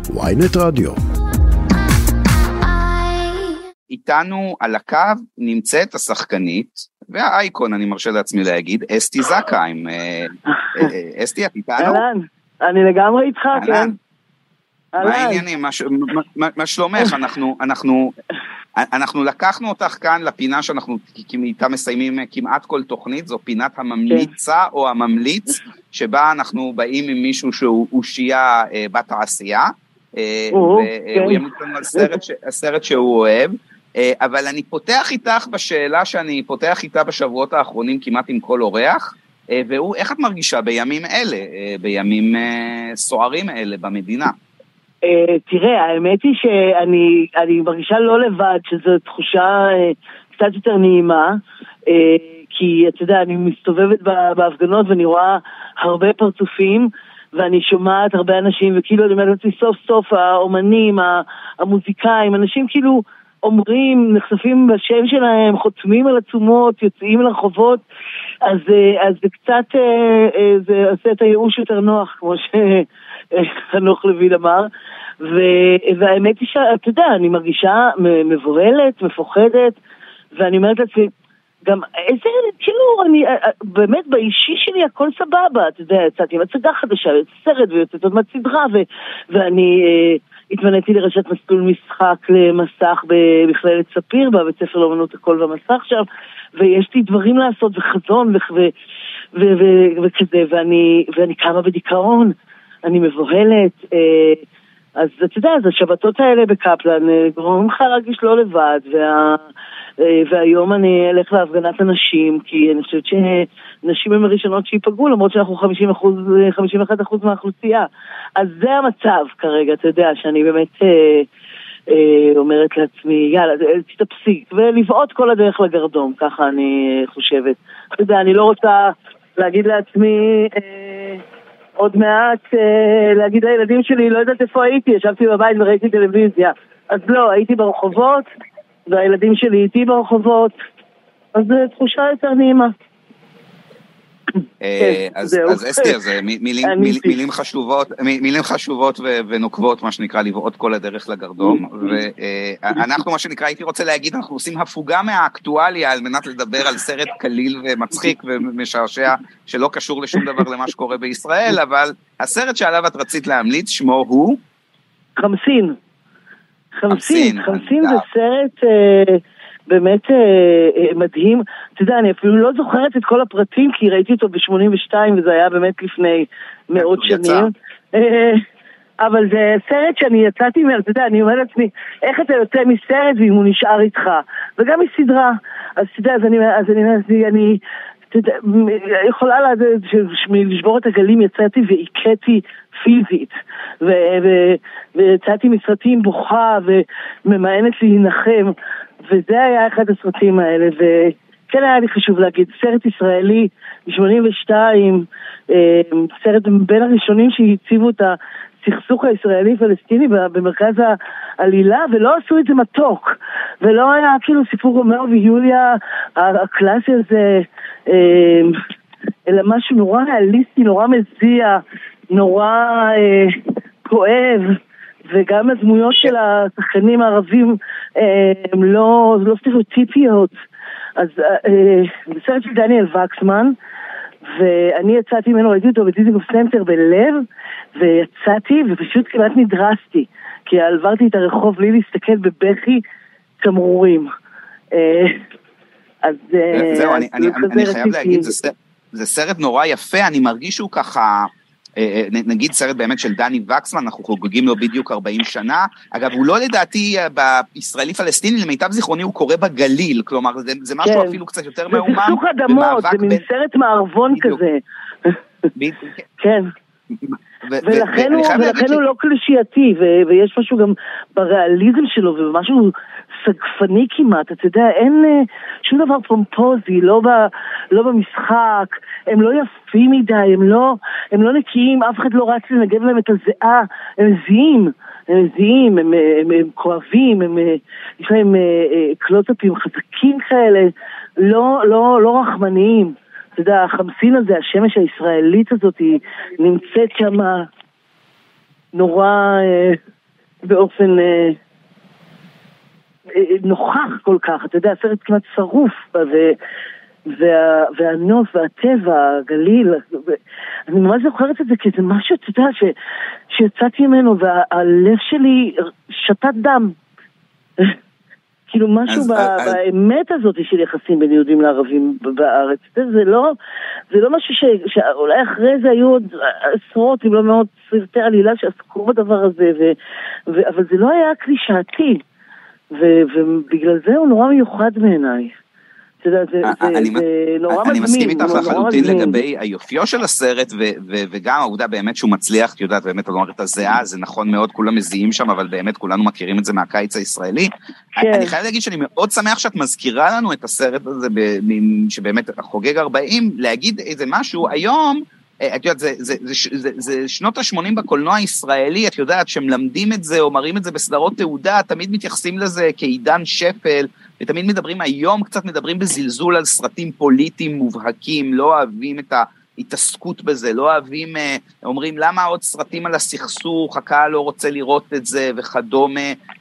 ynet רדיו. איתנו על הקו נמצאת השחקנית, והאייקון, אני מרשה לעצמי להגיד, אסתי זקהיים. אסתי, את איתנו? אלן, אני לגמרי איתך, כן. מה העניינים? מה שלומך? אנחנו לקחנו אותך כאן לפינה שאנחנו איתה מסיימים כמעט כל תוכנית, זו פינת הממליצה או הממליץ, שבה אנחנו באים עם מישהו שהוא אושייה בתעשייה, והוא ימליץ לנו על סרט שהוא אוהב, אבל אני פותח איתך בשאלה שאני פותח איתה בשבועות האחרונים כמעט עם כל אורח, והוא, איך את מרגישה בימים אלה, בימים סוערים אלה במדינה? תראה, האמת היא שאני מרגישה לא לבד, שזו תחושה קצת יותר נעימה, כי אתה יודע, אני מסתובבת בהפגנות ואני רואה הרבה פרצופים, ואני שומעת הרבה אנשים, וכאילו אני אומרת לי סוף סוף האומנים, המוזיקאים, אנשים כאילו אומרים, נחשפים בשם שלהם, חותמים על עצומות, יוצאים לרחובות, אז זה קצת, זה עושה את הייאוש יותר נוח, כמו שחנוך לוין אמר, והאמת היא שאתה יודע, אני מרגישה מבוהלת, מפוחדת, ואני אומרת לעצמי, גם איזה, כאילו, אני, באמת באישי שלי הכל סבבה, אתה יודע, יצאתי עם הצגה חדשה, יוצא סרט ויוצאת עוד מהסדרה, ואני התמניתי לרשת מסלול משחק למסך במכללת ספיר, בבית ספר לאמנות הקול והמסך שם, ויש לי דברים לעשות וחזון וכזה, ואני קמה בדיכאון, אני מבוהלת, אז אתה יודע, אז השבתות האלה בקפלן גורמים לך להרגיש לא לבד, והיום אני אלך להפגנת הנשים, כי אני חושבת שנשים הן הראשונות שיפגעו, למרות שאנחנו 51% מהאוכלוסייה. אז זה המצב כרגע, אתה יודע, שאני באמת אומרת לעצמי, יאללה, תתפסיק, ולבעוט כל הדרך לגרדום, ככה אני חושבת. אתה יודע, אני לא רוצה להגיד לעצמי עוד מעט, להגיד לילדים שלי, לא יודעת איפה הייתי, ישבתי בבית וראיתי טלוויזיה. אז לא, הייתי ברחובות, והילדים שלי איתי ברחובות, אז זו תחושה יותר נעימה. אז אסתי, אז מילים חשובות ונוקבות, מה שנקרא, לבעוט כל הדרך לגרדום, ואנחנו, מה שנקרא, הייתי רוצה להגיד, אנחנו עושים הפוגה מהאקטואליה, על מנת לדבר על סרט קליל ומצחיק ומשעשע, שלא קשור לשום דבר למה שקורה בישראל, אבל הסרט שעליו את רצית להמליץ, שמו הוא? חמסין. חמסין זה סרט באמת מדהים. אתה יודע, אני אפילו לא זוכרת את כל הפרטים, כי ראיתי אותו ב-82, וזה היה באמת לפני מאות שנים. אבל זה סרט שאני יצאתי, אתה יודע, אני אומרת לעצמי, איך אתה יוצא מסרט ואם הוא נשאר איתך? וגם מסדרה. אז אתה יודע, אני יכולה לשבור את הגלים, יצאתי והיקטי פיזית, ויצאתי מסרטים בוכה וממאנת להינחם, וזה היה אחד הסרטים האלה, וכן היה לי חשוב להגיד, סרט ישראלי ב-82, סרט בין הראשונים שהציבו את הסכסוך הישראלי-פלסטיני במרכז העלילה, ולא עשו את זה מתוק, ולא היה כאילו סיפור רומאו ויוליה הקלאסי הזה, אלא משהו נורא ריאליסטי, נורא מזיע, נורא כואב, וגם הדמויות של השחקנים הערבים הם לא סטריאוטיפיות. אז זה סרט של דניאל וקסמן, ואני יצאתי ממנו, ראיתי אותו בדיזינגוף סנטר בלב, ויצאתי ופשוט כמעט נדרסתי, כי עברתי את הרחוב בלי להסתכל בבכי תמרורים. זהו, אני חייב להגיד, זה סרט נורא יפה, אני מרגיש שהוא ככה, נגיד סרט באמת של דני וקסמן, אנחנו חוגגים לו בדיוק 40 שנה, אגב הוא לא לדעתי בישראלי פלסטיני, למיטב זיכרוני הוא קורא בגליל, כלומר זה משהו אפילו קצת יותר מאומן. זה סכסוך אדמות, זה מין סרט מערבון כזה. כן. ולכן הוא לא קלישייתי, ויש משהו גם בריאליזם שלו, ומשהו סגפני כמעט, אתה יודע, אין שום דבר פומפוזי, לא במשחק, הם לא יפים מדי, הם לא נקיים, אף אחד לא רץ לנגב להם את הזיעה, הם זיעים, הם כואבים, יש להם קלוטאפים חזקים כאלה, לא רחמניים. אתה יודע, החמסין הזה, השמש הישראלית הזאת, היא נמצאת שם נורא באופן נוכח כל כך, אתה יודע, הסרט כמעט שרוף, והנוף והטבע, הגליל, אני ממש זוכרת את זה, כי זה משהו, אתה יודע, שיצאתי ממנו, והלב שלי שתת דם. כאילו משהו באמת הזאת של יחסים בין יהודים לערבים בארץ. זה לא משהו שאולי אחרי זה היו עוד עשרות, אם לא מאות סרטי עלילה שעסקו בדבר הזה, אבל זה לא היה קלישאתי, ובגלל זה הוא נורא מיוחד בעיניי. אני מסכים איתך לחלוטין לגבי היופיו של הסרט, וגם העובדה באמת שהוא מצליח, את יודעת, באמת, אני אומר את הזהה, זה נכון מאוד, כולם מזיעים שם, אבל באמת כולנו מכירים את זה מהקיץ הישראלי. אני חייב להגיד שאני מאוד שמח שאת מזכירה לנו את הסרט הזה, שבאמת חוגג 40, להגיד איזה משהו, היום, את יודעת, זה שנות ה-80 בקולנוע הישראלי, את יודעת, שמלמדים את זה, או מראים את זה בסדרות תעודה, תמיד מתייחסים לזה כעידן שפל, ותמיד מדברים היום, קצת מדברים בזלזול על סרטים פוליטיים מובהקים, לא אוהבים את ההתעסקות בזה, לא אוהבים, אומרים למה עוד סרטים על הסכסוך, הקהל לא רוצה לראות את זה וכדומה,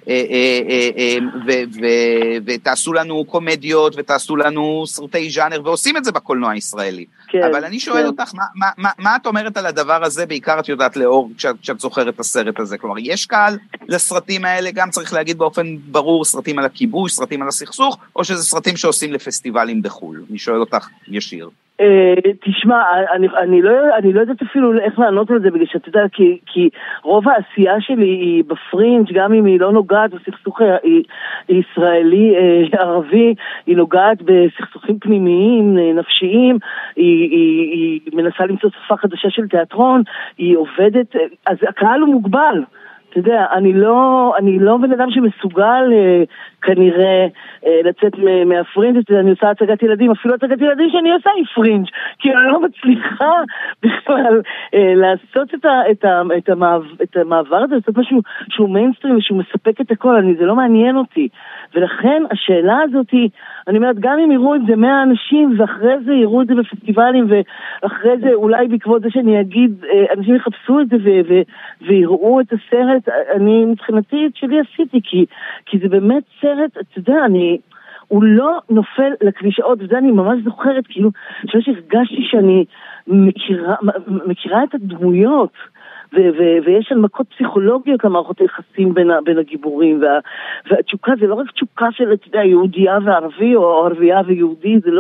ותעשו לנו קומדיות, ותעשו לנו סרטי ז'אנר, ועושים את זה בקולנוע הישראלי. אבל אני שואל אותך, מה את אומרת על הדבר הזה, בעיקר את יודעת לאור, כשאת זוכרת את הסרט הזה, כלומר, יש קהל לסרטים האלה, גם צריך להגיד באופן ברור, סרטים על הכיבוש, סרטים על הסכסוך, או שזה סרטים שעושים לפסטיבלים בחול? אני שואל אותך ישיר. תשמע, אני לא יודעת אפילו איך לענות על זה, בגלל שאתה יודע, כי רוב העשייה שלי היא בפרינג', גם אם היא לא נוגעת בסכסוך ישראלי ערבי, היא נוגעת בסכסוכים פנימיים, נפשיים, היא מנסה למצוא שפה חדשה של תיאטרון, היא עובדת, אז הקהל הוא מוגבל. אתה יודע, אני לא בן אדם שמסוגל כנראה לצאת מהפרינג', אני עושה הצגת ילדים, אפילו הצגת ילדים שאני עושה היא פרינג', כי אני לא מצליחה בכלל לעשות את המעבר הזה, לעשות משהו שהוא מיינסטרים ושהוא מספק את הכל, זה לא מעניין אותי. ולכן השאלה הזאת היא, אני אומרת, גם אם יראו את זה 100 אנשים, ואחרי זה יראו את זה בפסטיבלים, ואחרי זה אולי בעקבות זה שאני אגיד, אנשים יחפשו את זה ויראו את הסרט, אני מבחינתי את שלי עשיתי, כי זה באמת סרט, אתה יודע, הוא לא נופל לקלישאות, וזה אני ממש זוכרת, כאילו, שהרגשתי שאני מכירה את הדמויות, ויש הנמקות פסיכולוגיות למערכות היחסים בין הגיבורים, והתשוקה זה לא רק תשוקה של, אתה יודע, יהודייה וערבי, או ערבייה ויהודי, זה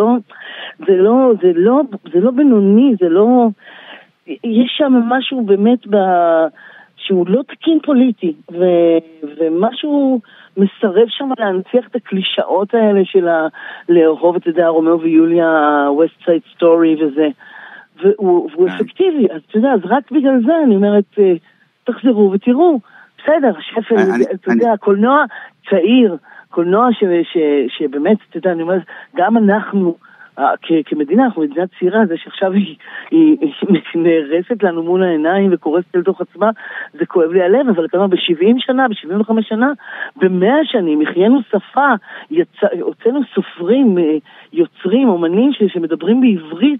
לא בינוני, זה לא, יש שם משהו באמת שהוא לא תקין פוליטי, ומשהו מסרב שם להנציח את הקלישאות האלה של לאהוב, אתה יודע, רומאו ויוליה, West Side Story וזה, והוא אפקטיבי, אז אתה יודע, אז רק בגלל זה אני אומרת, תחזרו ותראו, בסדר, שפל, אתה יודע, קולנוע צעיר, קולנוע שבאמת, אתה יודע, אני אומרת, גם אנחנו, כמדינה, אנחנו מדינה צעירה, זה שעכשיו היא נהרסת לנו מול העיניים וקורסת אל תוך עצמה, זה כואב לי הלב, אבל כלומר ב-70 שנה, ב-75 שנה, ב-100 שנים, החיינו שפה, הוצאנו סופרים, יוצרים, אומנים שמדברים בעברית,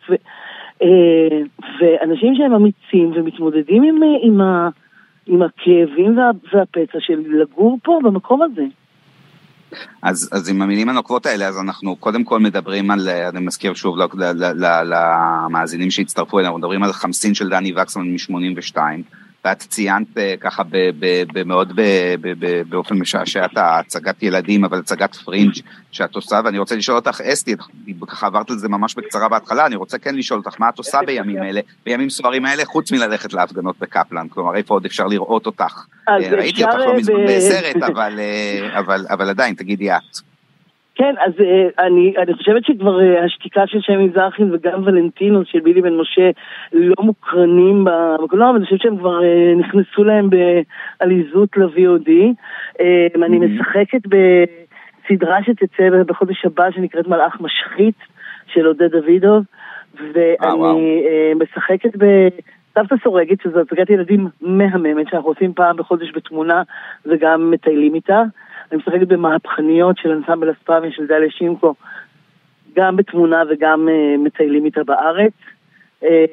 ואנשים שהם אמיצים ומתמודדים עם הכאבים והפצע של לגור פה במקום הזה. אז עם המילים הנוקבות האלה, אז אנחנו קודם כל מדברים על, אני מזכיר שוב למאזינים שהצטרפו אלינו, מדברים על חמסין של דני וקסמן מ-82, ואת ציינת ככה מאוד באופן משעשע את הצגת ילדים, אבל הצגת פרינג' שאת עושה, ואני רוצה לשאול אותך, אסתי, ככה עברת על זה ממש בקצרה בהתחלה, אני רוצה כן לשאול אותך, מה את עושה בימים אלה, בימים סוערים האלה, חוץ מללכת להפגנות בקפלן, כלומר, איפה עוד אפשר לראות אותך? ראיתי אותך לא מזמן בסרט, אבל עדיין, תגידי את. כן, אז אני חושבת שכבר השתיקה של שמי זרחין וגם ולנטינו של בילי בן משה לא מוקרנים בקולנוע, אבל אני חושבת שהם כבר נכנסו להם בעליזות ל-VOD. אני משחקת בסדרה שתצא בחודש הבא שנקראת מלאך משחית של עודד דוידוב, ואני משחקת סבתא סורגת, שזו הצגת ילדים מהממת שאנחנו עושים פעם בחודש בתמונה וגם מטיילים איתה. אני משחקת במהפכניות של אנסמבל אסטרמיה של דליה שימקו, גם בתמונה וגם מטיילים איתה בארץ.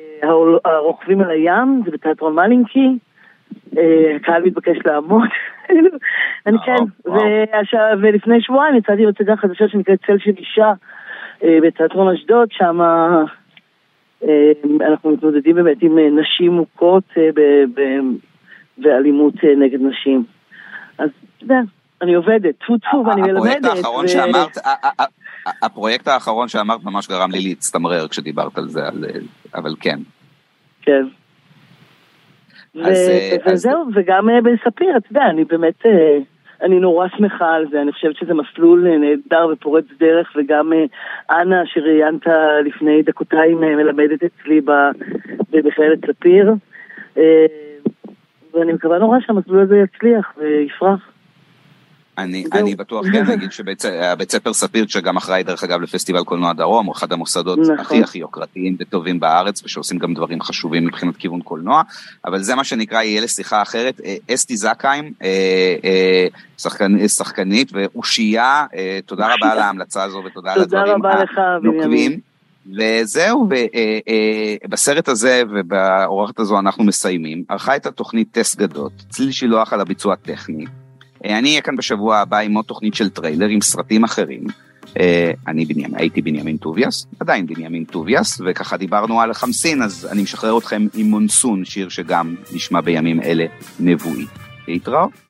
הרוכבים על הים, זה בתיאטרון מלינקי, הקהל מתבקש לעמוד, אני כן, ולפני שבועיים יצאתי להצגה חדשה שנקראת צל של אישה בתיאטרון אשדוד, שם אנחנו מתמודדים באמת עם נשים מוכות ואלימות נגד נשים. אז אתה יודע, אני עובדת, טפו ואני מלמדת. הפרויקט האחרון שאמרת ממש גרם לי להצטמרר כשדיברת על זה, אבל כן. כן. וזהו, וגם בספיר, אתה יודע, אני באמת, אני נורא שמחה על זה, אני חושבת שזה מסלול נהדר ופורץ דרך, וגם אנה שראיינת לפני דקותיים מלמדת אצלי במכללת ספיר, ואני מקווה נורא שהמסלול הזה יצליח ויפרח. אני בטוח כן, נגיד שבית ספר ספיר, שגם אחראי דרך אגב לפסטיבל קולנוע דרום, הוא אחד המוסדות הכי יוקרתיים וטובים בארץ, ושעושים גם דברים חשובים מבחינת כיוון קולנוע, אבל זה מה שנקרא יהיה לשיחה אחרת. אסתי זקהיים, שחקנית ואושייה, תודה רבה על ההמלצה הזו, ותודה על הדברים הנוקבים. וזהו, בסרט הזה ובאורחת הזו אנחנו מסיימים. ערכה את התוכנית טס גדות, צליל שילוח על הביצוע הטכני. אני אהיה כאן בשבוע הבא עם עוד תוכנית של טריילר, עם סרטים אחרים. הייתי בנימין טוביאס, עדיין בנימין טוביאס, וככה דיברנו על חמסין, אז אני משחרר אתכם עם מונסון, שיר שגם נשמע בימים אלה נבואי. להתראות.